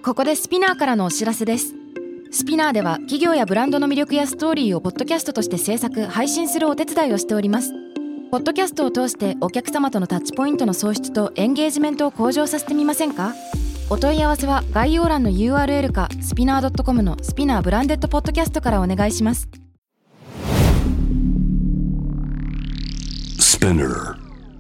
ここでスピナーからのお知らせです。スピナーでは企業やブランドの魅力やストーリーをポッドキャストとして制作・配信するお手伝いをしております。ポッドキャストを通してお客様とのタッチポイントの創出とエンゲージメントを向上させてみませんか？お問い合わせは概要欄の URL かスピナー .com のスピナーブランデッドポッドキャストからお願いします。 Spinner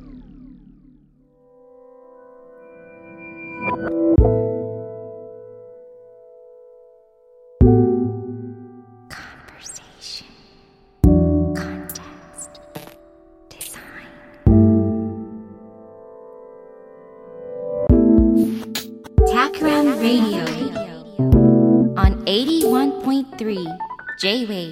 Radio on 81.3 J-Wave。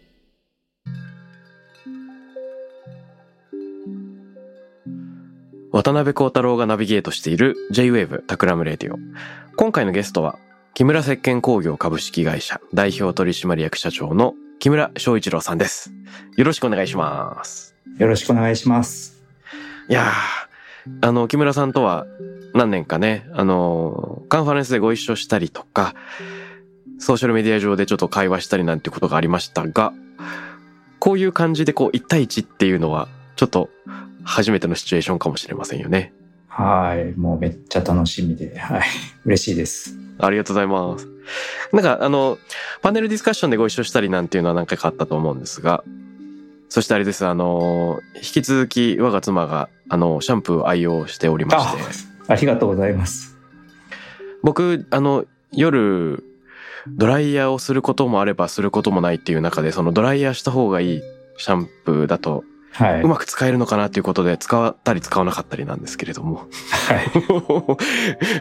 渡辺幸太郎がナビゲートしている J-Wave タクラムレディオ。今回のゲストは木村石鹸工業株式会社代表取締役社長の木村翔一郎さんです。よろしくお願いします。 よろしくお願いします。 いやー、木村さんとは何年かね、カンファレンスでご一緒したりとか、ソーシャルメディア上でちょっと会話したりなんてことがありましたが、こういう感じで1対1っていうのはちょっと初めてのシチュエーションかもしれませんよね。 はい、もうめっちゃ楽しみで、はい、嬉しいです。 ありがとうございます。なんかパネルディスカッションでご一緒したりなんていうのは何回かあったと思うんですが、そしてあれです、引き続き我が妻がシャンプーを愛用しておりまして。 ありがとうございます。 僕夜ドライヤーをすることもあればすることもないっていう中で、そのドライヤーした方がいいシャンプーだとうまく使えるのかなということで使ったり使わなかったりなんですけれども、 はい、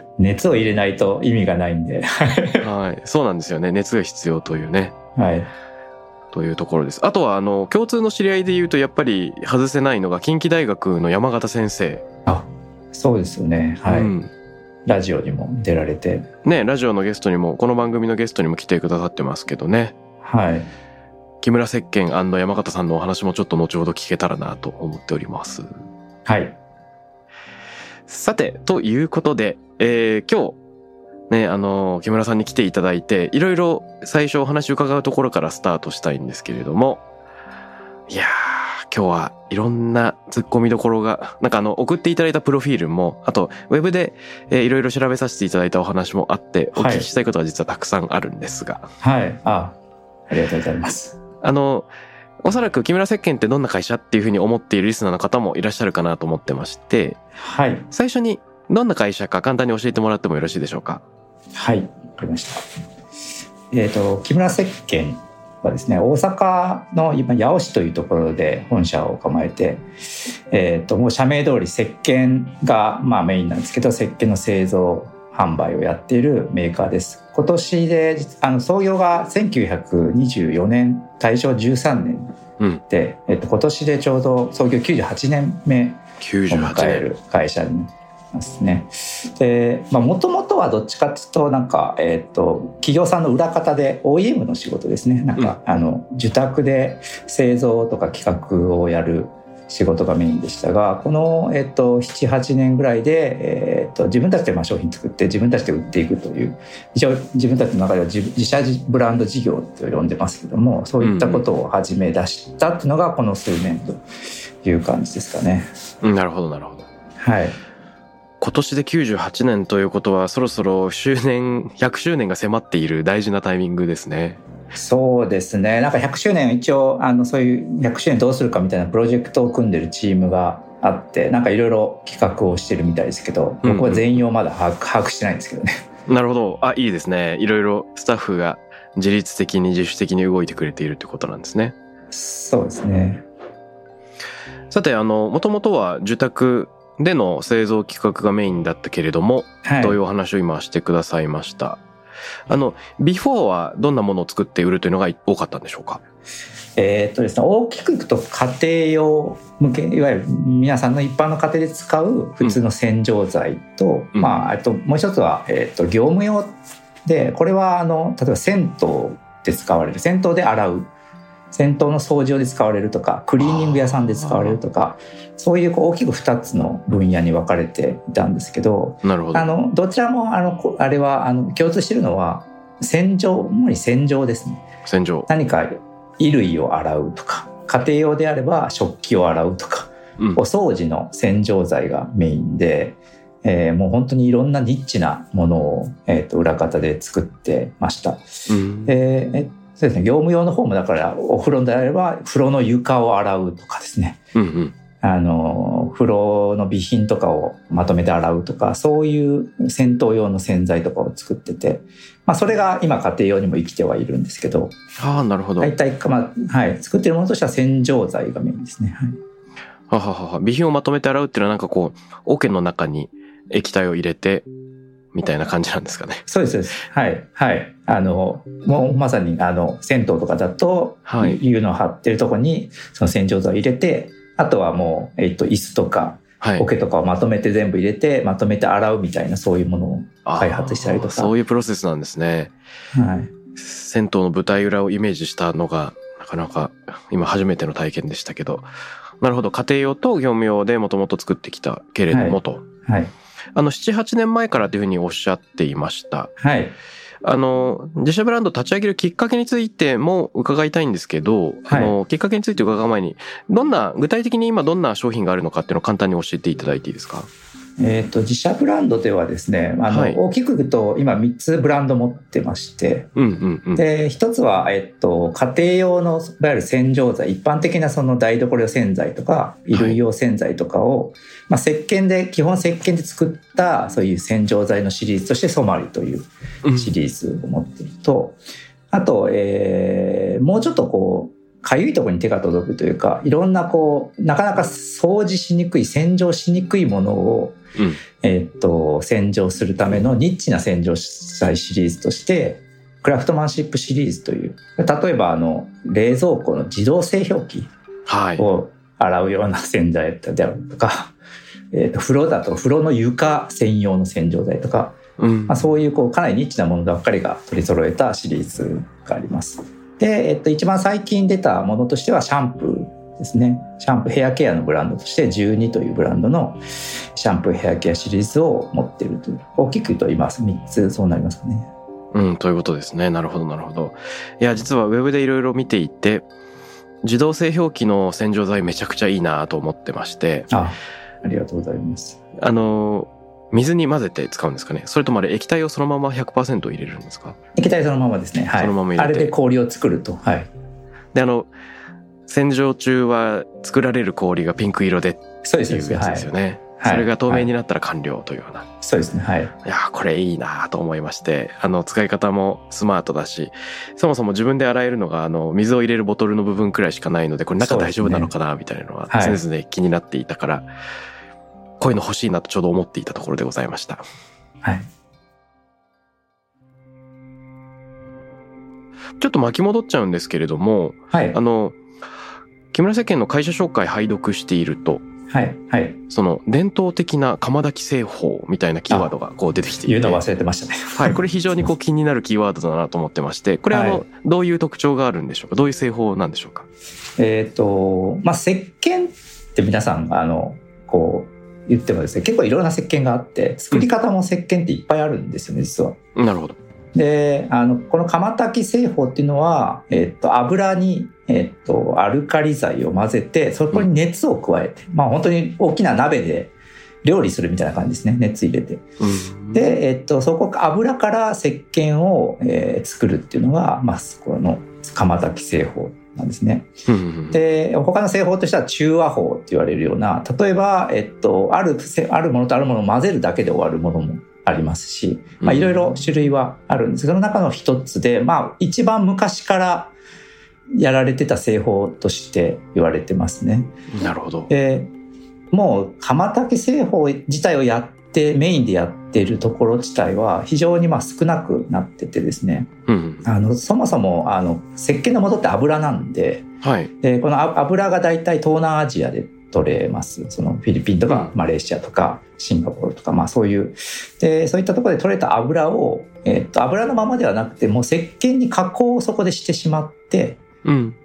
熱を入れないと意味がないんではい、そうなんですよね。熱が必要というね、 はい、 というところです。あとは共通の知り合いで言うとやっぱり外せないのが近畿大学の山形先生。 そうですよね、はい、ラジオにも出られてね、ラジオのゲストにも、この番組のゲストにも来てくださってますけどね。 はい。 木村石鹸&山形さんのお話もちょっと後ほど聞けたらなと思っております。 はい。 さて、ということで、今日ね、木村さんに来ていただいて、いろいろ最初お話を伺うところからスタートしたいんですけれども、いやー、今日はいろんな突っ込みどころが、なんか送っていただいたプロフィールも、あとウェブで、いろいろ調べさせていただいたお話もあって、お聞きしたいことが実はたくさんあるんですが。 はい。ありがとうございます。 おそらく木村石鹸ってどんな会社っていうふうに思っているリスナーの方もいらっしゃるかなと思ってまして、 はい。 最初にどんな会社か簡単に教えてもらってもよろしいでしょうか。 はい。わかりました。木村石鹸はですね、大阪の今八尾市というところで本社を構えて、もう社名通り石鹸がメインなんですけど、石鹸の製造販売をやっているメーカーです。今年で創業が1924年大正13年で、今年でちょうど創業98年目を迎える会社にますね。で、もともとはどっちかというとなんか、企業さんの裏方で OEM の仕事ですね。なんか、受託で製造とか企画をやる仕事がメインでしたが、この、7、8年ぐらいで、自分たちで商品作って自分たちで売っていくという、一応自分たちの中では自社ブランド事業と呼んでますけども、そういったことを始め出したっていうのがこの数年という感じですかね。 なるほどなるほど。 はい。 今年で98年ということは、そろそろ100周年が迫っている大事なタイミングですね。 そうですね。なんか100周年一応そういう100周年どうするかみたいなプロジェクトを組んでるチームがあって、なんかいろいろ企画をしてるみたいですけど、僕は全容まだ把握してないんですけどね。 なるほど。いいですね。いろいろスタッフが自律的に自主的に動いてくれているということなんですね。 そうですね。 さて、もともとは受託での製造企画がメインだったけれども、はい、というお話を今してくださいました。ビフォーはどんなものを作って売るというのが多かったんでしょうか。 ですね、大きくいくと家庭用向け、いわゆる皆さんの一般の家庭で使う普通の洗浄剤と、あともう一つは、業務用で、これは例えば銭湯で使われる、銭湯で洗う銭湯の掃除用で使われるとかクリーニング屋さんで使われるとか、そういう大きく2つの分野に分かれていたんですけど、 なるほど。 どちらもあれは共通しているのは主に洗浄ですね。 洗浄。 何か衣類を洗うとか、家庭用であれば食器を洗うとか、お掃除の洗浄剤がメインで、もう本当にいろんなニッチなものを、裏方で作ってました。そうですね、業務用の方もだからお風呂であれば風呂の床を洗うとかですね、風呂の備品とかをまとめて洗うとか、そういう銭湯用の洗剤とかを作ってて、それが今家庭用にも生きてはいるんですけど、 なるほど。 大体、作っているものとしては洗浄剤がメインですね。 備品をまとめて洗うっていうのはなんかこう桶の中に液体を入れてみたいな感じなんですかね。 そうですそうです。もうまさに銭湯とかだと、湯の張ってるところにその洗浄剤を入れて、あとはもう椅子とか桶とかをまとめて全部入れてまとめて洗うみたいな、そういうものを開発したりとか。 そういうプロセスなんですね。銭湯の舞台裏をイメージしたのがなかなか今初めての体験でしたけど、なるほど。家庭用と業務用でもともと作ってきたけれどもと。7、8年前からというふうにおっしゃっていました。自社ブランド立ち上げるきっかけについても伺いたいんですけど、きっかけについて伺う前に、具体的に今どんな商品があるのかっていうのを簡単に教えていただいていいですか？ 自社ブランドではですね、大きく言うと今3つブランド持ってまして、で1つは、家庭用のいわゆる洗浄剤、一般的なその台所用洗剤とか衣類用洗剤とかを、基本石鹸で作ったそういう洗浄剤のシリーズとしてソマリというシリーズを持っていると、あと、もうちょっとこうかゆいところに手が届くというか、いろんななかなか掃除しにくい、洗浄しにくいものを、洗浄するためのニッチな洗浄剤シリーズとしてクラフトマンシップシリーズという、例えば冷蔵庫の自動製氷機を洗うような洗剤であるとか、風呂だと風呂の床専用の洗浄剤とか、そういうかなりニッチなものばっかりが取り揃えたシリーズがあります。で、一番最近出たものとしてはシャンプーですね。シャンプーヘアケアのブランドとして12というブランドのシャンプーヘアケアシリーズを持っているという、大きく言うと今3つそうなりますかね。 ということですね。なるほどなるほど。いや、実はウェブでいろいろ見ていて、自動製氷機の洗浄剤めちゃくちゃいいなと思ってまして。 ありがとうございます。 水に混ぜて使うんですかね。それとも液体をそのまま 100% 入れるんですか？ 液体そのままですね。そのまま入れて、あれで氷を作ると。 で、洗浄中は作られる氷がピンク色でっていうやつですよね。それが透明になったら完了というような。 そうですね。 いや、これいいなと思いまして、使い方もスマートだし、そもそも自分で洗えるのが水を入れるボトルの部分くらいしかないので、これ中大丈夫なのかなみたいなのは常々気になっていたから、こういうの欲しいなとちょうど思っていたところでございました。ちょっと巻き戻っちゃうんですけれども、木村石鹸の会社紹介拝読していると、その伝統的な釜炊き製法みたいなキーワードが出てきていて、 言うの忘れてましたね。 これ非常に気になるキーワードだなと思ってまして、これどういう特徴があるんでしょうか？どういう製法なんでしょうか？ 石鹸って皆さん言ってもですね、結構いろんな石鹸があって、作り方も石鹸っていっぱいあるんですよね、実は。 なるほど。 で、この釜炊き製法っていうのは、油に、アルカリ剤を混ぜて、そこに熱を加えて、本当に大きな鍋で料理するみたいな感じですね、熱入れて。で、油から石鹸を、作るっていうのが、この釜炊き製法なんですね。で、他の製法としては中和法って言われるような、例えば、あるものとあるものを混ぜるだけで終わるものもありますし、いろいろ種類はあるんですけど、その中の一つで、一番昔からやられてた製法として言われてますね。 なるほど。 もう釜炊き製法自体をやってメインでやっているところ自体は非常に少なくなっててですね、そもそも石鹸の元って油なんで、この油がだいたい東南アジアで取れます。そのフィリピンとかマレーシアとかシンガポールとか、そういったところで取れた油を、油のままではなくて、もう石鹸に加工をそこでしてしまって、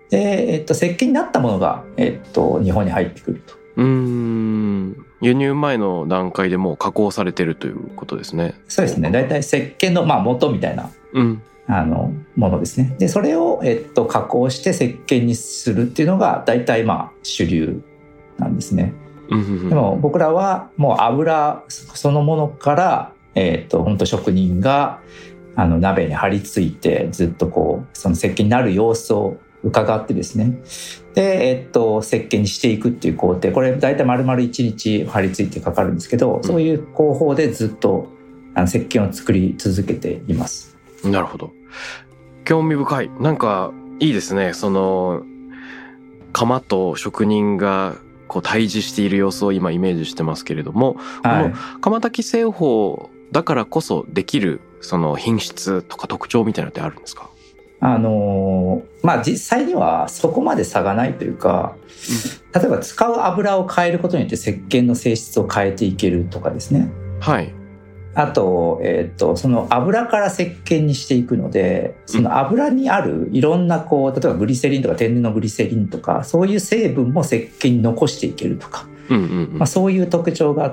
で、石鹸になったものが、日本に入ってくると。 輸入前の段階でもう加工されてるということですね。 そうですね。だいたい石鹸の元みたいな、ものですね。でそれを、加工して石鹸にするっていうのがだいたい主流なんですね。でも僕らはもう油そのものから、本当職人が鍋に張り付いてずっとこうその石鹸になる様子を伺ってですね、で、石鹸にしていくっていう工程、これ大体丸々1日張り付いてかかるんですけど、そういう工法でずっと石鹸を作り続けています。 なるほど、興味深い。なんかいいですね。その窯と職人がこう対峙している様子を今イメージしてますけれども、はい、この窯焚き製法だからこそできるその品質とか特徴みたいなのってあるんですか？ 実際にはそこまで差がないというか、例えば使う油を変えることによって石鹸の性質を変えていけるとかですね。 はい。 あと、その油から石鹸にしていくので、その油にあるいろんな例えばグリセリンとか天然のグリセリンとかそういう成分も石鹸に残していけるとか、そういう特徴があって、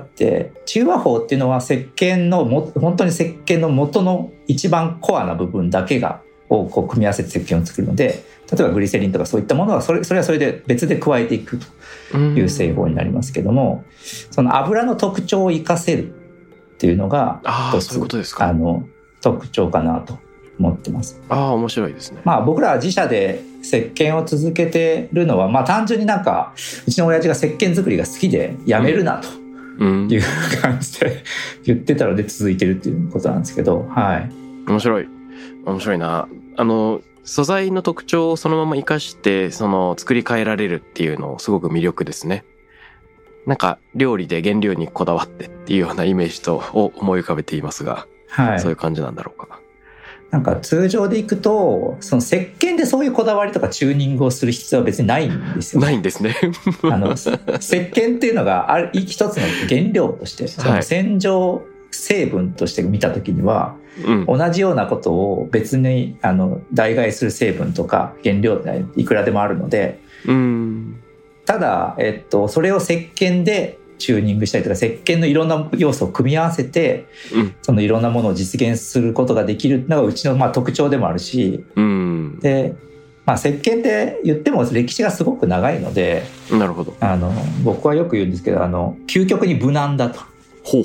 中和法っていうのは石鹸の本当に石鹸の元の一番コアな部分だけをこう組み合わせて石鹸を作るので、例えばグリセリンとかそういったものはそれはそれで別で加えていくという製法になりますけども、その油の特徴を生かせるっていうのが一つ特徴かなと思ってます。 面白いですね。 僕らは自社で石鹸を続けてるのは、単純になんかうちの親父が石鹸作りが好きでやめるなという感じで言ってたので続いてるっていうことなんですけど、はい。 面白いな。素材の特徴をそのまま生かしてその作り変えられるっていうのすごく魅力ですね。なんか料理で原料にこだわってっていうようなイメージを思い浮かべていますが、はい、そういう感じなんだろうか。 なんか通常でいくとその石鹸でそういうこだわりとかチューニングをする必要は別にないんですよ。 ないんですね。 石鹸っていうのが一つの原料として、その洗浄成分として見たときには、同じようなことを別に代替する成分とか原料っていくらでもあるので、ただ、それを石鹸でチューニングしたりとか石鹸のいろんな要素を組み合わせて、そのいろんなものを実現することができるのがうちの特徴でもあるし、で、石鹸って言っても歴史がすごく長いので、 なるほど。 僕はよく言うんですけど究極に無難だと。 ほう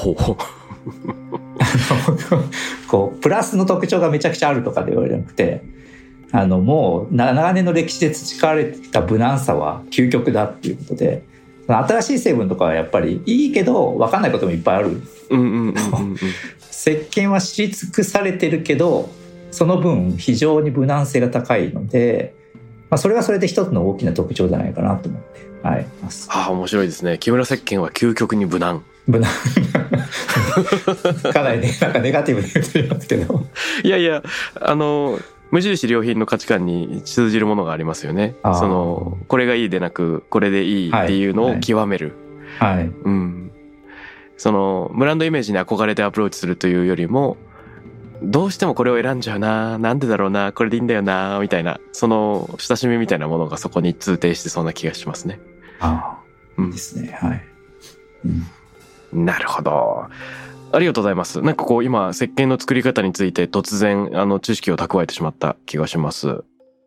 こうプラスの特徴がめちゃくちゃあるとかで言われなくて、もう長年の歴史で培われてきた無難さは究極だっていうことで、新しい成分とかはやっぱりいいけど分かんないこともいっぱいある。石鹸は知り尽くされてるけどその分非常に無難性が高いので、それはそれで一つの大きな特徴じゃないかなと思って、はい、ます。 面白いですね。木村石鹸は究極に無難。 かなりね、なんかネガティブで言ってますけど。 いや無印良品の価値観に通じるものがありますよね。これがいいでなくこれでいいっていうのを極める。 はい。 そのブランドイメージに憧れてアプローチするというよりも、どうしてもこれを選んじゃうな、なんでだろうな、これでいいんだよなみたいな、その親しみみたいなものがそこに通底してそうな気がしますね。 ですね。はい。 なるほど。ありがとうございます。なんかこう今石鹸の作り方について突然知識を蓄えてしまった気がします。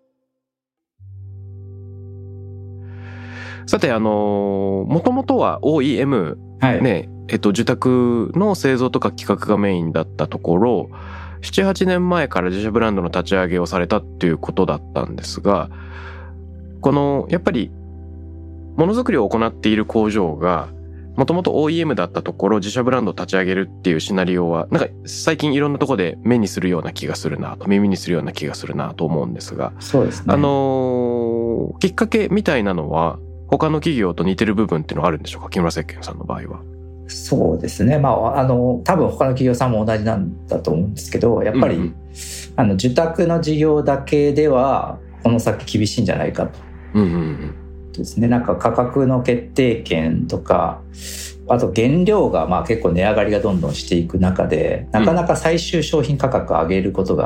さてもともとは OEM、ね、受託の製造とか企画がメインだったところ、7-8年前から自社ブランドの立ち上げをされたっていうことだったんですが、やっぱりものづくりを行っている工場がもともと OEM だったところ自社ブランドを立ち上げるっていうシナリオはなんか最近いろんなところで目にするような気がするなと、耳にするような気がするなと思うんですが、 そうですね。 きっかけみたいなのは他の企業と似てる部分っていうのはあるんでしょうか、木村石鹸さんの場合は。 そうですね。多分他の企業さんも同じなんだと思うんですけど、やっぱり、受託の事業だけではこの先厳しいんじゃないかと。ですね。なんか価格の決定権とか、あと原料が結構値上がりがどんどんしていく中で、なかなか最終商品価格を上げることが、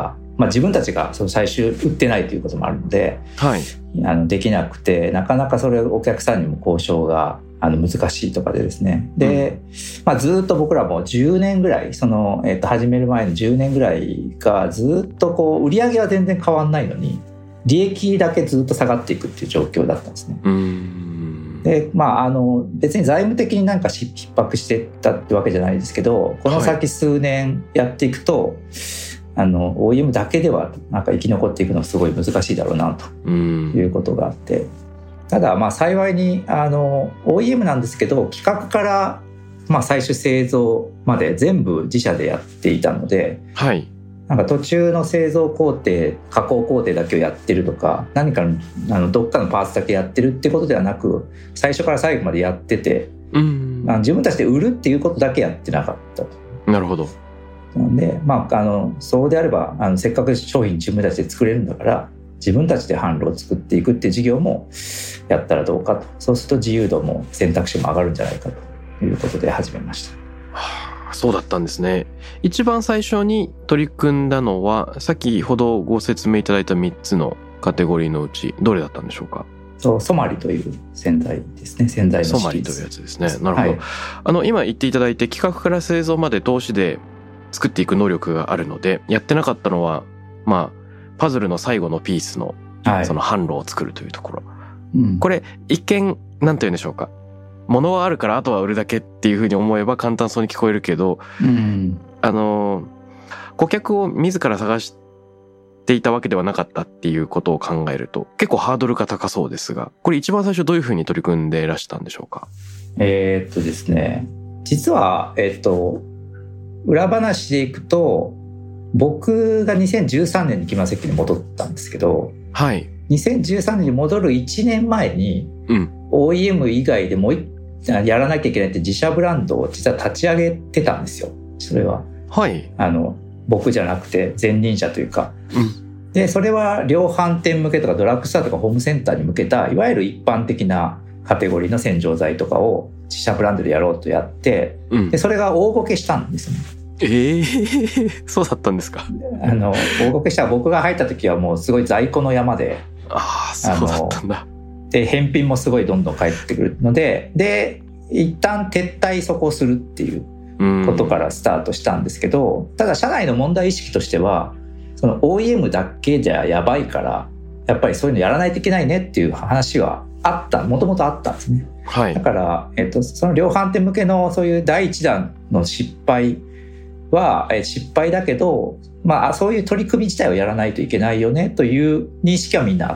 自分たちがその最終売ってないということもあるので、 はい、 できなくて、なかなかそれお客さんにも交渉が難しいとかでですね。で、ずっと僕らも10年ぐらい始める前の10年ぐらいがずっとこう売り上げは全然変わんないのに利益だけずっと下がっていくっていう状況だったんですね。で、別に財務的になんか逼迫してったってわけじゃないですけど、この先数年やっていくと、OEM だけではなんか生き残っていくのはすごい難しいだろうなということがあって、ただ幸いにOEM なんですけど、企画から最終製造まで全部自社でやっていたので、はい、なんか途中の製造工程、加工工程だけをやってるとか、何かどっかのパーツだけやってるってことではなく、最初から最後までやってて、自分たちで売るっていうことだけやってなかったと。 なるほど。 なんで、そうであればせっかく商品自分たちで作れるんだから、自分たちで販路を作っていくっていう事業もやったらどうかと。そうすると自由度も選択肢も上がるんじゃないかということで始めました。 そうだったんですね。一番最初に取り組んだのは、先ほどご説明いただいた3つのカテゴリーのうちどれだったんでしょうか？ ソマリという洗剤ですね。洗剤のシリーズ。ソマリというやつですね。なるほど。はい、今言っていただいて、企画から製造まで投資で作っていく能力があるので、やってなかったのはパズルの最後のピースのその販路を作るというところ、これ一見なんて言うんでしょうか、物はあるからあとは売るだけっていうふうに思えば簡単そうに聞こえるけど、顧客を自ら探していたわけではなかったっていうことを考えると結構ハードルが高そうですが、これ一番最初どういうふうに取り組んでいらしたんでしょうか？ ですね、実は裏話でいくと、僕が2013年に木村石器に戻ったんですけど、はい、2013年に戻る1年前に、OEM 以外でもうやらなきゃいけないって自社ブランドを実は立ち上げてたんですよ。それは、はい、僕じゃなくて前任者というか、でそれは量販店向けとかドラッグストアとかホームセンターに向けたいわゆる一般的なカテゴリーの洗浄剤とかを自社ブランドでやろうとやって、でそれが大ごけしたんですね。 そうだったんですか？ 大ごけした。僕が入った時はもうすごい在庫の山で、 そうだったんだ。 で返品もすごいどんどん返ってくるので一旦撤退そこをするっていうことからスタートしたんですけど、ただ社内の問題意識としては、その OEM だけじゃやばいからやっぱりそういうのやらないといけないねっていう話はもともとあったんですね。はい、だから、その量販店向けのそういう第一弾の失敗は失敗だけど、そういう取り組み自体をやらないといけないよねという認識はみんなあって、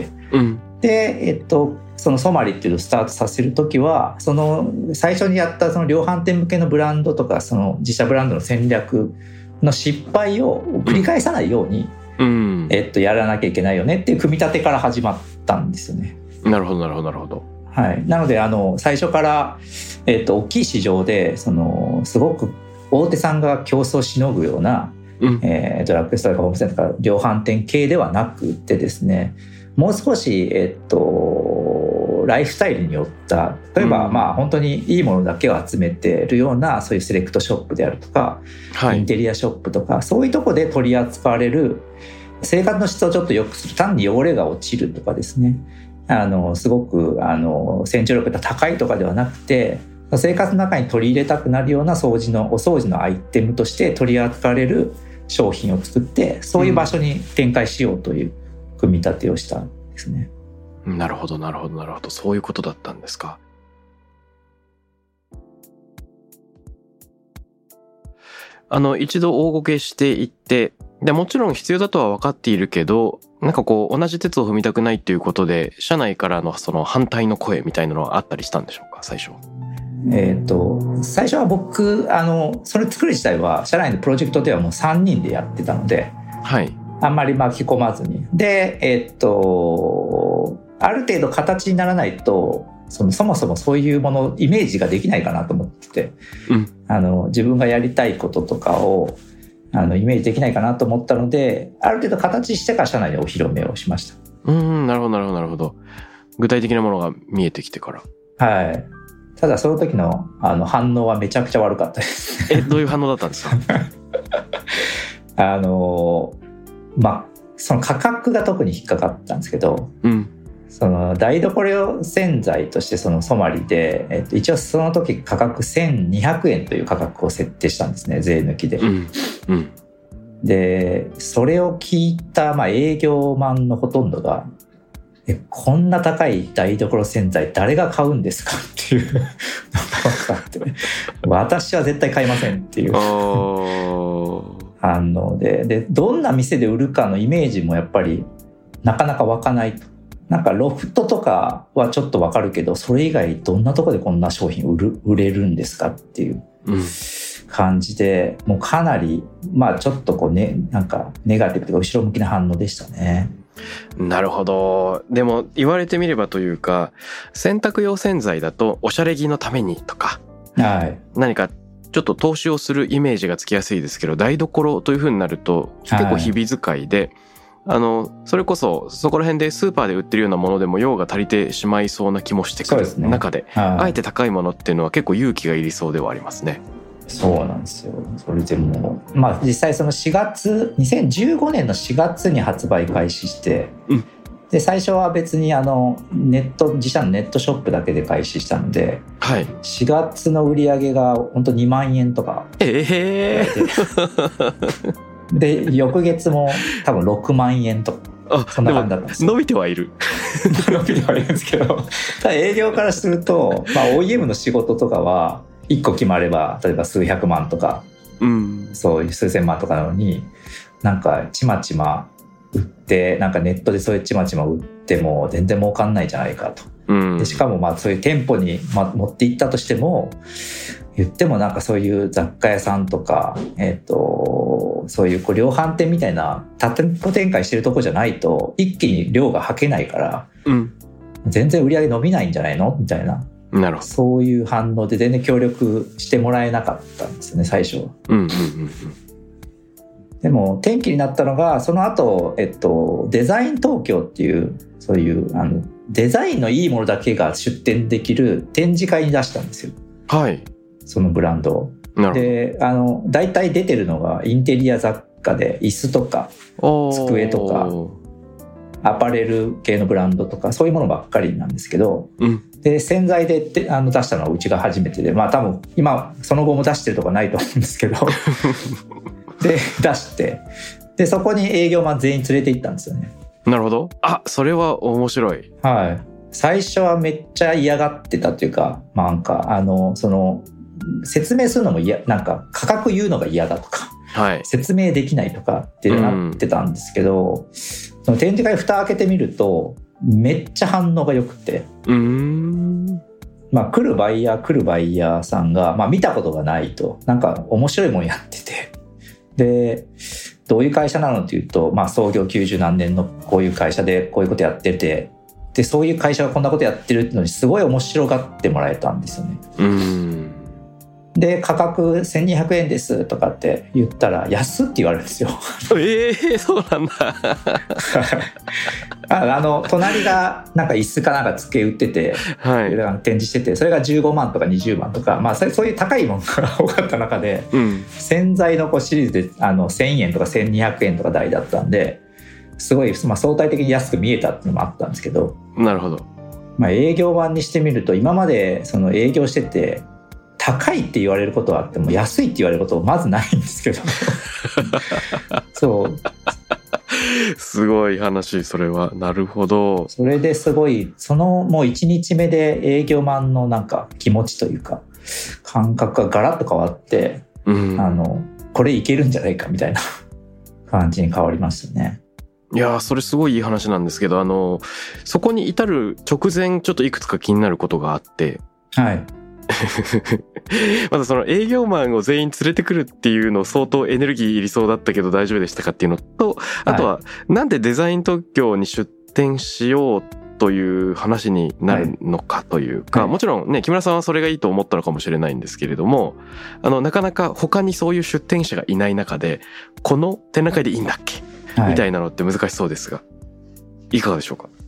で、そのソマリっていうのをスタートさせるときは、その最初にやったその量販店向けのブランドとかその自社ブランドの戦略の失敗を繰り返さないように、やらなきゃいけないよねっていう組み立てから始まったんですよね。 なるほどなるほどなるほど。 はい、なので最初から、大きい市場ですごく大手さんが競争しのぐような、ドラッグストアとかホームセンターとか量販店系ではなくてですね、もう少し、ライフスタイルによった例えば、本当にいいものだけを集めてるようなそういうセレクトショップであるとか、インテリアショップとかそういうとこで取り扱われる生活の質をちょっと良くする、単に汚れが落ちるとかですね、すごく洗浄力が高いとかではなくて、生活の中に取り入れたくなるようなお掃除のアイテムとして取り扱われる商品を作って、そういう場所に展開しようという組み立てをしたんですね。 なるほどなるほどなるほど、そういうことだったんですか。一度大ごけしていって、でもちろん必要だとは分かっているけど、なんかこう同じ鉄を踏みたくないということで社内からのその反対の声みたいなのはあったりしたんでしょうか？最初最初は僕それ作る自体は社内のプロジェクトではもう3人でやってたので、はい、あんまり巻き込まずに、である程度形にならないとそもそもそういうものイメージができないかなと思ってて、自分がやりたいこととかをイメージできないかなと思ったので、ある程度形してから社内でお披露目をしました。 なるほどなるほどなるほど。具体的なものが見えてきてから。 はい。ただその時の反応はめちゃくちゃ悪かったです。 どういう反応だったんですか？ その価格が特に引っかかったんですけど、その台所用洗剤としてそのソマリで、一応その時価格1200円という価格を設定したんですね、税抜きで。でそれを聞いた営業マンのほとんどがこんな高い台所洗剤誰が買うんですかっていうのが分かって私は絶対買いませんっていう反応でどんな店で売るかのイメージもやっぱりなかなか湧かないと。なんかロフトとかはちょっと分かるけど、それ以外どんなとこでこんな商品売れるんですかっていう感じで、もうかなりちょっとなんかネガティブというか後ろ向きな反応でしたね。 なるほど。でも言われてみればというか、洗濯用洗剤だとおしゃれ着のためにとか、何かちょっと投資をするイメージがつきやすいですけど、台所という風になると結構日々使いで、それこそそこら辺でスーパーで売ってるようなものでも用が足りてしまいそうな気もしてくる中で、あえて高いものっていうのは結構勇気がいりそうではありますね。 そうなんですよ。それでも実際その2015年の4月に発売開始して、で最初は別に自社のネットショップだけで開始したので、4月の売り上げが本当2万円とか。で翌月も多分6万円とかそんな感じだったんですよ。 伸びてはいる伸びてはいるんですけど、ただ営業からすると、OEM の仕事とかは1個決まれば例えば数百万とか、そういう数千万とかなのに、なんかちまちま売って、なんかネットでそういうちまちま売っても全然儲かんないじゃないかと。でしかもそういう店舗に持って行ったとしても、言ってもなんかそういう雑貨屋さんとか、そういう量販店みたいな多店舗展開してるとこじゃないと一気に量がはけないから、全然売り上げ伸びないんじゃないのみたいな、そういう反応で全然協力してもらえなかったんですよね、最初は。でも転機になったのがその後、デザイン東京っていうそういうデザインのいいものだけが出展できる展示会に出したんですよ。そのブランドを。で大体出てるのがインテリア雑貨で椅子とか机とかアパレル系のブランドとかそういうものばっかりなんですけど、で洗剤で出したのはうちが初めてで、多分今その後も出してるとこないと思うんですけどで出して、でそこに営業マン全員連れて行ったんですよね。 なるほど。それは面白い。 最初はめっちゃ嫌がってたというか、なんかその説明するのもなんか価格言うのが嫌だとか、説明できないとかってなってたんですけど、その展示会蓋開けてみるとめっちゃ反応が良くて、来るバイヤーさんが、見たことがないと、なんか面白いもんやってて、でどういう会社なのっていうと、創業90何年のこういう会社でこういうことやってて、でそういう会社がこんなことやってるっていうのにすごい面白がってもらえたんですよね。で価格1200円ですとかって言ったら安って言われるんですよ。 そうなんだ。隣がなんか椅子かなんか付け売ってて、展示してて、それが15万とか20万とか、そういう高いものが多かった中で、洗剤のシリーズで1000円とか1200円とか台だったんで、すごい相対的に安く見えたっていうのもあったんですけど。 なるほど。 営業版にしてみると、今までその営業してて高いって言われることはあっても安いって言われることはまずないんですけどそうすごい話、それは。なるほど。 それですごいもう1日目で営業マンのなんか気持ちというか感覚がガラッと変わって、これいけるんじゃないかみたいな感じに変わりましたね。 いやそれすごいいい話なんですけど、そこに至る直前ちょっといくつか気になることがあって、まずその営業マンを全員連れてくるっていうの相当エネルギーいりそうだったけど大丈夫でしたかっていうのと、あとはなんでデザイン東京に出店しようという話になるのかというか、もちろんね木村さんはそれがいいと思ったのかもしれないんですけれども、なかなか他にそういう出店者がいない中でこの展覧会でいいんだっけみたいなのって難しそうですが、いかがでしょうか。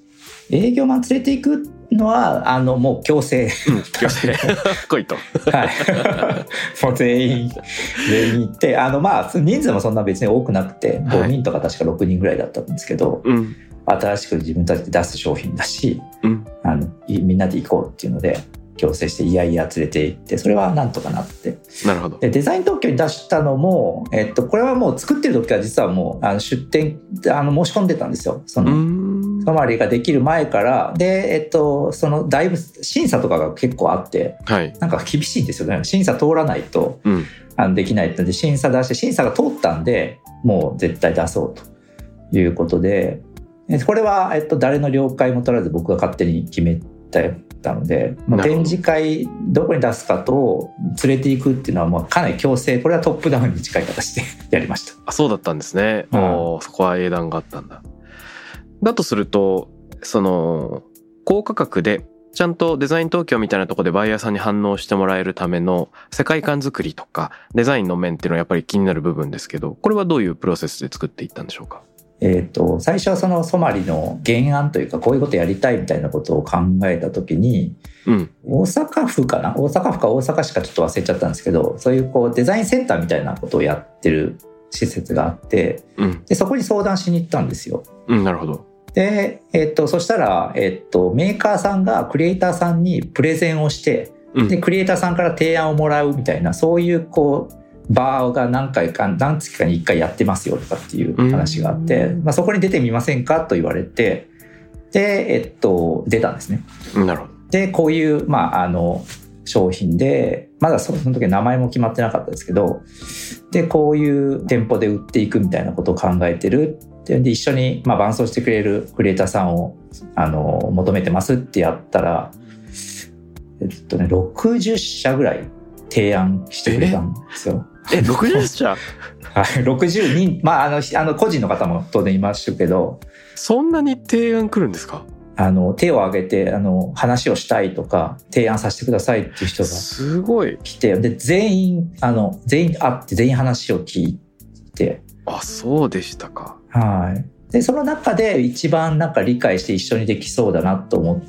営業マン連れていくのはもう強制、 強制来いとはいもう全員行って人数もそんな別に多くなくて5人とか確か6人ぐらいだったんですけど、新しく自分たちで出す商品だし、みんなで行こうっていうので強制していやいや連れて行って、それはなんとかなって。 なるほど。 でデザイン特許に出したのも、これはもう作ってる時は実はもう出展申し込んでたんですよ。そのソマリができる前からで、そのだいぶ審査とかが結構あって、なんか厳しいんですよね。審査通らないと、できないってので審査出して、審査が通ったんでもう絶対出そうということで、これは、誰の了解も取らず僕が勝手に決めたので、展示会どこに出すかと連れていくっていうのはもうかなり強制、これはトップダウンに近い形でやりました。 あ、そうだったんですね。そこは英断があったんだ。だとするとその高価格でちゃんとデザイン東京みたいなところでバイヤーさんに反応してもらえるための世界観作りとかデザインの面っていうのはやっぱり気になる部分ですけど、これはどういうプロセスで作っていったんでしょうか？ 最初はそのソマリの原案というかこういうことやりたいみたいなことを考えた時に、大阪府か大阪市かちょっと忘れちゃったんですけど、そういうデザインセンターみたいなことをやってる施設があって、でそこに相談しに行ったんですよ。 なるほど。 で、そしたら、メーカーさんがクリエイターさんにプレゼンをして、でクリエイターさんから提案をもらうみたいな、そういうバーが何月かに1回やってますよとかっていう話があって、そこに出てみませんかと言われて、で、出たんですね。 なるほど。 でこういう、商品でまだその時は名前も決まってなかったですけど、でこういう店舗で売っていくみたいなことを考えてる。で一緒に伴走してくれるクリエイターさんを求めてますってやったら、60社ぐらい提案してくれたんですよ。 60社はい、60人、個人の方も当然いましたけど。 そんなに提案来るんですか？ 手を挙げて話をしたいとか提案させてくださいっていう人がすごい来て、で全員会って全員話を聞いて。 あ、そうでしたか。 はい。でその中で一番理解して一緒にできそうだなと思った、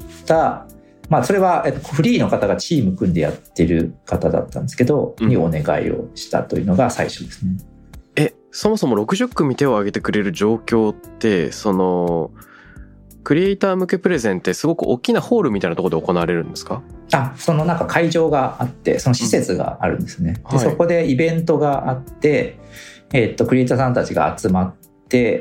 それはフリーの方がチーム組んでやってる方だったんですけど、にお願いをしたというのが最初ですね。 そもそも60組手を挙げてくれる状況って、そのクリエイター向けプレゼンってすごく大きなホールみたいなところで行われるんですか？ その会場があって、その施設があるんですね。でそこでイベントがあって、クリエイターさんたちが集まって、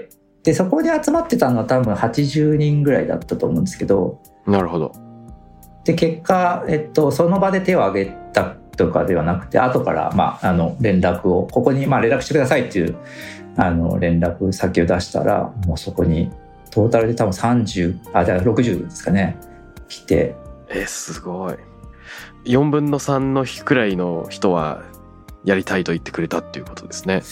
でそこで集まってたのは多分80人ぐらいだったと思うんですけど。 なるほど。 で結果、その場で手を挙げたとかではなくて、後から、連絡をここに連絡してくださいっていう連絡先を出したら、もうそこにトータルで多分60ですかね来て。 すごい。4分の3のくらいの人はやりたいと言ってくれたっていうことですね。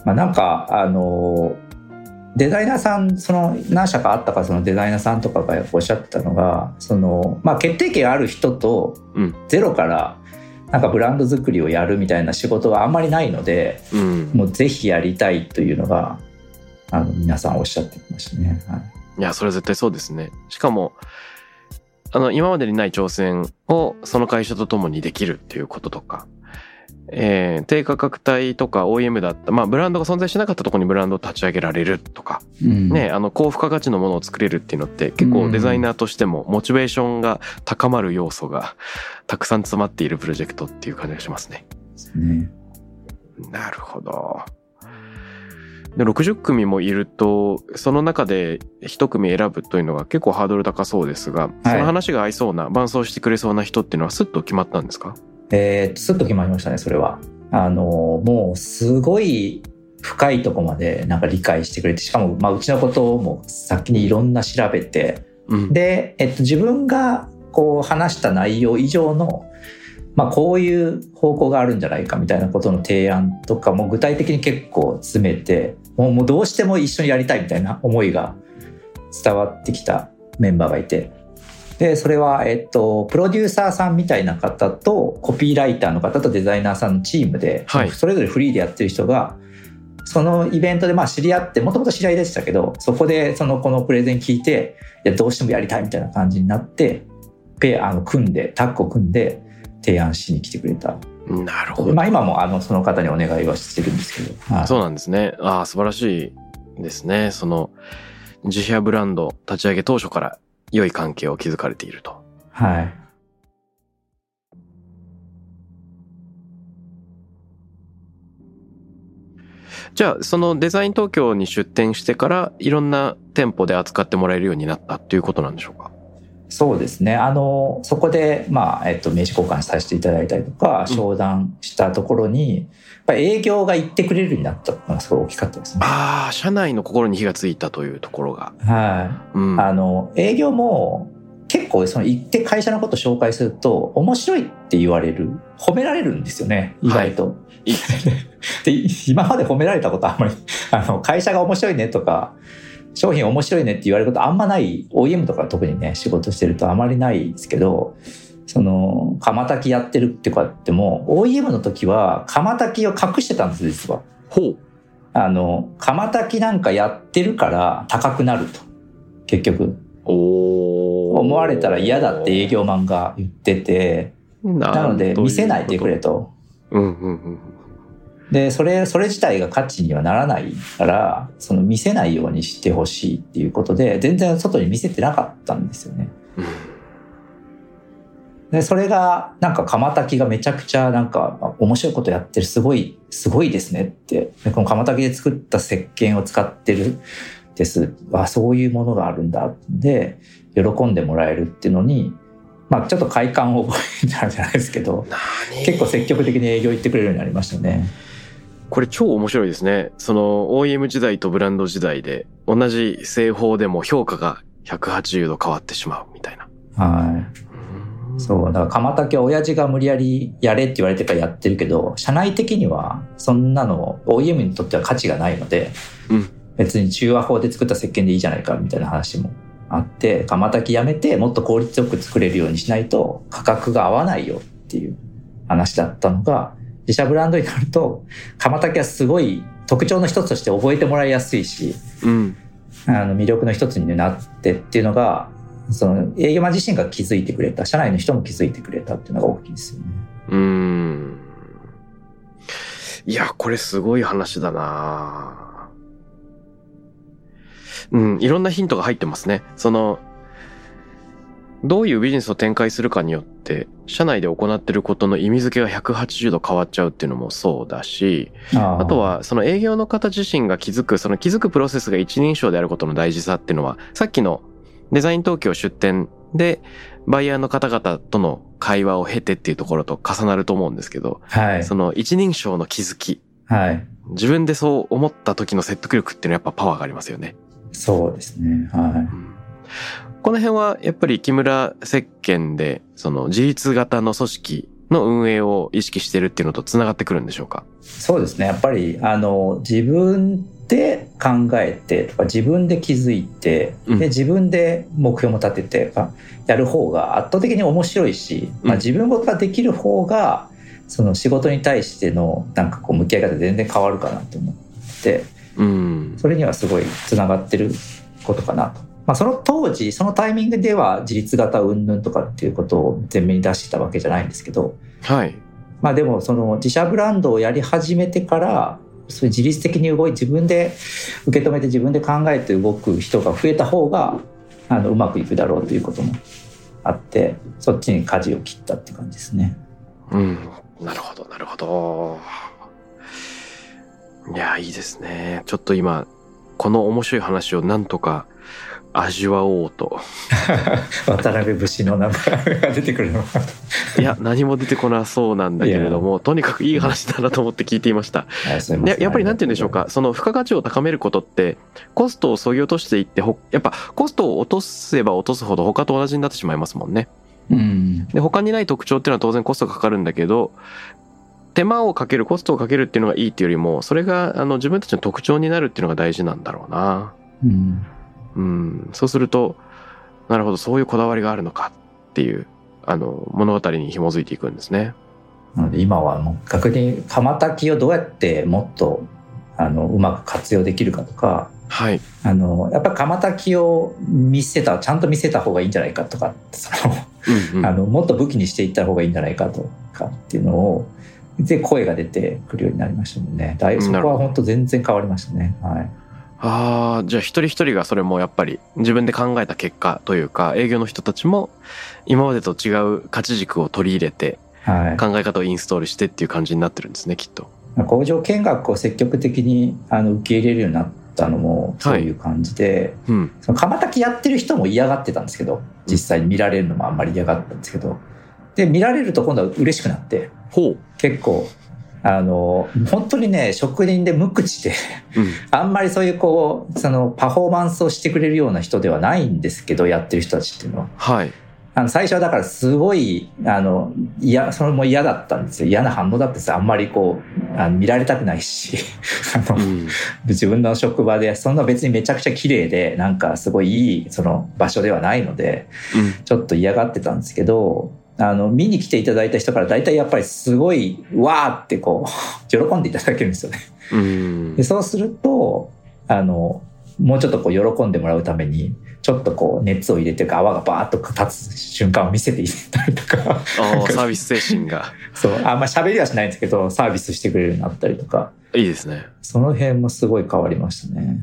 デザイナーさん、その何社かあったか、そのデザイナーさんとかがおっしゃってたのが、決定権ある人とゼロからブランド作りをやるみたいな仕事はあんまりないので、もうぜひやりたいというのが皆さんおっしゃってましたね。 いや、それは絶対そうですね。しかも今までにない挑戦をその会社とともにできるっていうこととか、低価格帯とか OEM だった、ブランドが存在しなかったところにブランドを立ち上げられるとか、高付加価値のものを作れるっていうのって結構デザイナーとしてもモチベーションが高まる要素がたくさん詰まっているプロジェクトっていう感じがしますね。なるほど。で60組もいると、その中で1組選ぶというのが結構ハードル高そうですが、その話が合いそうな、伴走してくれそうな人っていうのはスッと決まったんですか？ スッと決まりましたね。それはもうすごい深いとこまで理解してくれて、しかもうちのことも先にいろんな調べて、で、自分が話した内容以上のこういう方向があるんじゃないかみたいなことの提案とかも具体的に結構詰めて、もうどうしても一緒にやりたいみたいな思いが伝わってきたメンバーがいて、でそれは、プロデューサーさんみたいな方とコピーライターの方とデザイナーさんのチームで、それぞれフリーでやってる人がそのイベントで知り合って、もともと知り合いでしたけど、そこでこのプレゼン聞いて、いやどうしてもやりたいみたいな感じになって、タッグを組んで提案しに来てくれた。 なるほど。 今もその方にお願いはしてるんですけど、はい、 そうなんですね。素晴らしいですね。その自社ブランド立ち上げ当初から良い関係を築かれていると。 はい。 じゃあそのデザイン東京に出店してからいろんな店舗で扱ってもらえるようになったっていうことなんでしょうか？ そうですね。そこで、名刺交換させていただいたりとか、商談したところに、やっぱり営業が行ってくれるようになったのがすごい大きかったですね。 社内の心に火がついたというところが。 はい。営業も結構行って会社のことを紹介すると、面白いって言われる、褒められるんですよね、意外と。はい、で、今まで褒められたことあんまり、会社が面白いねとか、商品面白いねって言われることあんまない。 OEM とか特にね仕事してるとあまりないですけど、釜炊きやってるってかっても OEM の時は釜炊きを隠してたんです実は。 ほう。 釜炊きなんかやってるから高くなると結局思われたら嫌だって営業マンが言ってて、なので見せないでくれと。でそれ自体が価値にはならないから見せないようにしてほしいっていうことで全然外に見せてなかったんですよね。でそれが釜炊きがめちゃくちゃ面白いことやってるすごいですねって、でこの釜炊きで作った石鹸を使ってるですそういうものがあるんだで喜んでもらえるっていうのにちょっと快感を覚えたんじゃないですけど、結構積極的に営業行ってくれるようになりましたね。 これ超面白いですね。その OEM 時代とブランド時代で同じ製法でも評価が180度変わってしまうみたいな。 はい。そうだから釜炊きは親父が無理やりやれって言われてからやってるけど、社内的にはそんなの OEM にとっては価値がないので、別に中和法で作った石鹸でいいじゃないかみたいな話もあって、釜炊きやめてもっと効率よく作れるようにしないと価格が合わないよっていう話だったのが、自社ブランドになると釜炊きはすごい特徴の一つとして覚えてもらいやすいし、魅力の一つになってっていうのが営業マン自身が気づいてくれた、社内の人も気づいてくれたっていうのが大きいですよね。 いやこれすごい話だな。いろんなヒントが入ってますね。どういうビジネスを展開するかによって社内で行っていることの意味付けが180度変わっちゃうっていうのもそうだし、あとはその営業の方自身が気づくプロセスが一人称であることの大事さっていうのは、さっきのデザイン東京出店でバイヤーの方々との会話を経てっていうところと重なると思うんですけど、その一人称の気づき、自分でそう思った時の説得力っていうのはやっぱパワーがありますよね。 そうですね。 この辺はやっぱり木村石鹸でその自立型の組織の運営を意識してるっていうのとつながってくるんでしょうか？ そうですね。やっぱり自分で考えてとか自分で気づいて、で自分で目標も立ててやる方が圧倒的に面白いし、自分ごとができる方がその仕事に対しての向き合い方全然変わるかなと思って、それにはすごいつながってることかなと。その当時そのタイミングでは自立型云々とかっていうことを前面に出してたわけじゃないんですけど、でもその自社ブランドをやり始めてからそういう自律的に自分で受け止めて自分で考えて動く人が増えた方がうまくいくだろうということもあって、そっちに舵を切ったって感じですね。 なるほどなるほど。いやいいですね。ちょっと今この面白い話をなんとか味わおうと渡辺節の名前が出てくるのいや何も出てこなそうなんだけれども、とにかくいい話だなと思って聞いていました。やっぱりなんて言うんでしょうか、その付加価値を高めることってコストを削ぎ落としていって、やっぱコストを落とせば落とすほど他と同じになってしまいますもんね。で他にない特徴っていうのは当然コストがかかるんだけど、手間をかけるコストをかけるっていうのがいいっていうよりも、それが自分たちの特徴になるっていうのが大事なんだろうな。そうするとなるほど、そういうこだわりがあるのかっていう物語に紐づいていくんですね。 なので今はもう逆に釜炊きをどうやってもっとうまく活用できるかとか、 はい、 やっぱり釜炊きをちゃんと見せた方がいいんじゃないかとか、もっと武器にしていった方がいいんじゃないかとかっていうのをで声が出てくるようになりましたもんね。そこは本当全然変わりましたね。はい。 じゃあ一人一人がそれもやっぱり自分で考えた結果というか、営業の人たちも今までと違う価値軸を取り入れて、考え方をインストールしてっていう感じになってるんですね、きっと。 工場見学を積極的に受け入れるようになったのもそういう感じで、その釜炊きやってる人も嫌がってたんですけど、実際に見られるのもあんまり嫌がったんですけど、で見られると今度は嬉しくなって、結構本当にね、職人で無口で、あんまりそういうそのパフォーマンスをしてくれるような人ではないんですけど、やってる人たちっていうのは。はい。最初はだからすごい、それも嫌だったんですよ。嫌な反応だったんですよ。あんまり見られたくないし、自分の職場で、そんな別にめちゃくちゃ綺麗で、なんかすごいいい、その場所ではないので、ちょっと嫌がってたんですけど、見に来ていただいた人から大体やっぱりすごい、わーって喜んでいただけるんですよね。でそうすると、もうちょっと喜んでもらうために、ちょっと熱を入れて泡がバーッと立つ瞬間を見せていたりとか。 サービス精神が。 そう、あんま喋りはしないんですけど、サービスしてくれるようになったりとか。 いいですね。 その辺もすごい変わりましたね。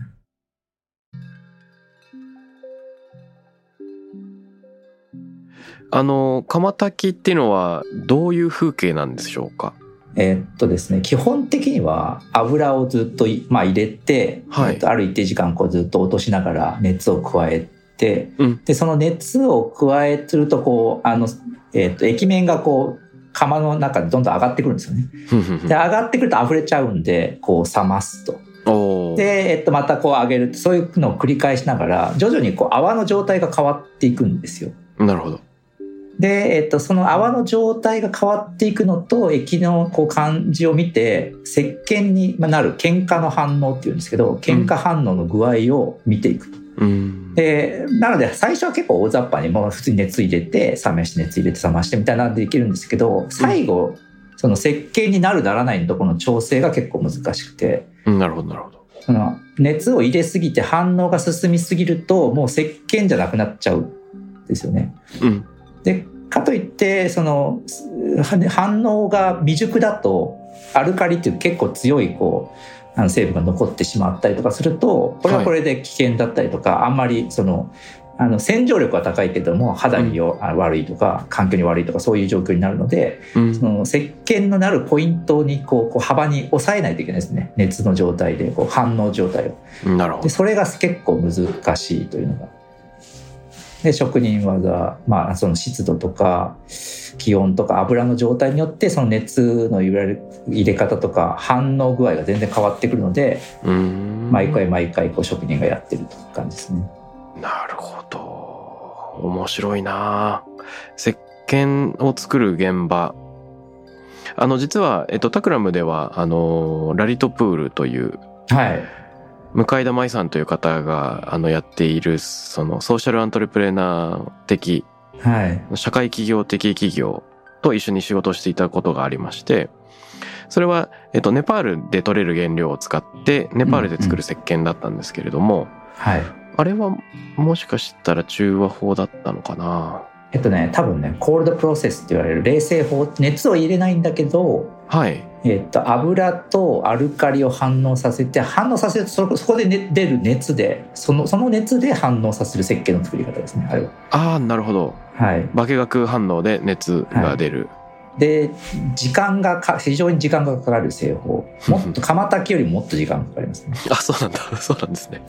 釜炊きっていうのはどういう風景なんでしょうか？ ですね、基本的には油をずっと、入れて、ある一定時間ずっと落としながら熱を加えて、でその熱を加えすると液面が釜の中でどんどん上がってくるんですよね。で上がってくると溢れちゃうんで冷ますと。で、また上げる、そういうのを繰り返しながら徐々に泡の状態が変わっていくんですよ。 なるほど。 で、その泡の状態が変わっていくのと液の感じを見て石鹸になる喧嘩の反応っていうんですけど、喧嘩反応の具合を見ていく。でなので最初は結構大雑把にもう普通に熱入れて冷まして熱入れて冷ましてみたいなのでできるんですけど、最後その石鹸になるならないのところの調整が結構難しくて。 なるほどなるほど。 その熱を入れすぎて反応が進みすぎるともう石鹸じゃなくなっちゃうんですよね。でかといってその反応が未熟だとアルカリっていう結構強い成分が残ってしまったりとかすると、これはこれで危険だったりとか、あんまりその洗浄力は高いけども肌に悪いとか環境に悪いとかそういう状況になるので、その石鹸のなるポイントに幅に抑えないといけないですね。熱の状態で反応状態を。なるほど。でそれが結構難しいというのが。で職人技、その湿度とか気温とか油の状態によってその熱の入れ方とか反応具合が全然変わってくるので、毎回職人がやってるという感じですね。 なるほど、面白いな。石鹸を作る現場、実はタクラムではラリトプールという、向田舞さんという方がやっているそのソーシャルアントレプレナー的、社会企業的企業と一緒に仕事をしていたことがありまして、それはネパールで取れる原料を使ってネパールで作る石鹸だったんですけれども、あれはもしかしたら中和法だったのかな。 多分ね、コールドプロセスって言われる冷製法、熱を入れないんだけど、油とアルカリを反応させてそこで、出る熱でその熱で反応させる石鹸の作り方ですね、あれは。なるほど。化学反応で熱が出る。 で非常に時間がかかる製法、もっと釜炊きよりもっと時間がかかりますね。 そうなんですね。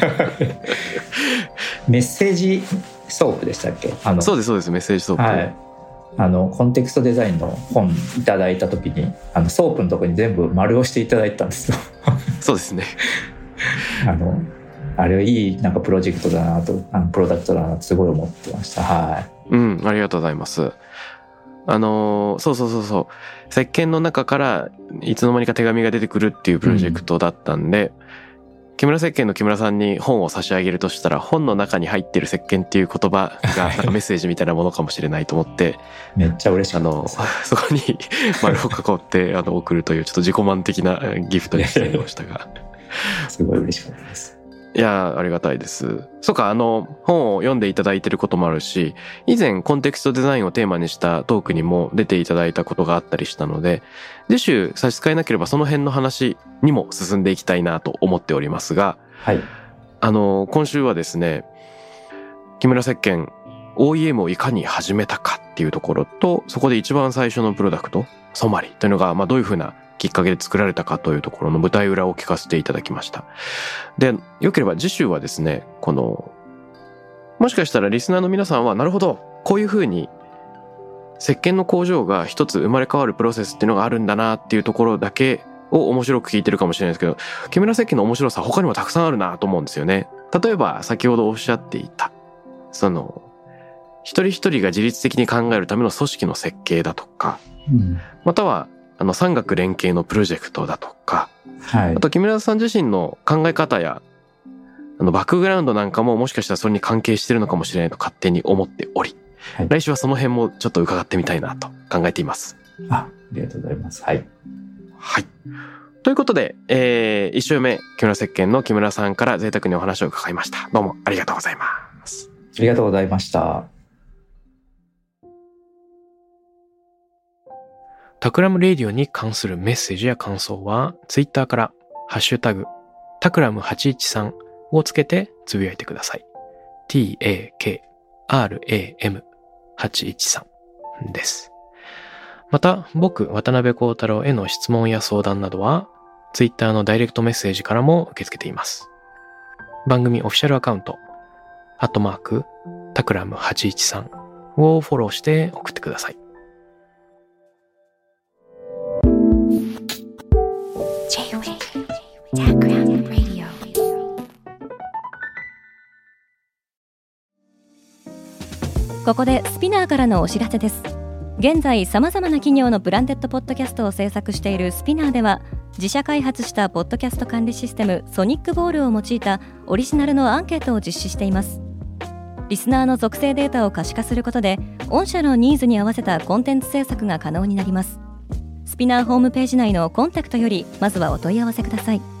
メッセージソープでしたっけ？ そうですメッセージソープ。 コンテクストデザインの本いただいた時にソープのところに全部丸押していただいたんですよ。 そうですね。 あれはいいプロジェクトだなとプロダクトだなとすごい思ってました。ありがとうございます。そう石鹸の中からいつの間にか手紙が出てくるっていうプロジェクトだったんで、 木村石鹸の木村さんに本を差し上げるとしたら、本の中に入ってる石鹸っていう言葉がなんかメッセージみたいなものかもしれないと思ってめっちゃ嬉しかったです。 そこに丸を囲って送るというちょっと自己満的なギフトにしてみましたがすごい嬉しかったです。 いやありがたいです。そうか、本を読んでいただいてることもあるし、以前コンテクストデザインをテーマにしたトークにも出ていただいたことがあったりしたので、次週差し支えなければその辺の話にも進んでいきたいなと思っておりますが、 はい、 今週はですね、木村石鹸 OEM をいかに始めたかっていうところと、そこで一番最初のプロダクトソマリというのがどういうふうなきっかけで作られたかというところの舞台裏を聞かせていただきました。で、よければ次週はですね、もしかしたらリスナーの皆さんは、なるほど、こういうふうに石鹸の工場が一つ生まれ変わるプロセスっていうのがあるんだなっていうところだけを面白く聞いてるかもしれないですけど、木村石鹸の面白さ他にもたくさんあるなと思うんですよね。例えば先ほどおっしゃっていた一人一人が自律的に考えるための組織の設計だとか、または産学連携のプロジェクトだとか、 はい、 あと木村さん自身の考え方やバックグラウンドなんかももしかしたらそれに関係しているのかもしれないと勝手に思っており、はい、来週はその辺もちょっと伺ってみたいなと考えています。 ありがとうございます。はい。 はい。ということで、1週目、木村石鹸の木村さんから贅沢にお話を伺いました。どうもありがとうございます。 ありがとうございました。 タクラムレディオに関するメッセージや感想は、ツイッターからハッシュタグタクラム813をつけてつぶやいてください。TAKRAM813 です。また、僕、渡辺幸太郎への質問や相談などは、ツイッターのダイレクトメッセージからも受け付けています。番組オフィシャルアカウント、タクラム813をフォローして送ってください。 ここでスピナーからのお知らせです。現在様々な企業のブランデッドポッドキャストを制作しているスピナーでは、自社開発したポッドキャスト管理システムソニックボールを用いたオリジナルのアンケートを実施しています。リスナーの属性データを可視化することで、御社のニーズに合わせたコンテンツ制作が可能になります。スピナーホームページ内のコンタクトよりまずはお問い合わせください。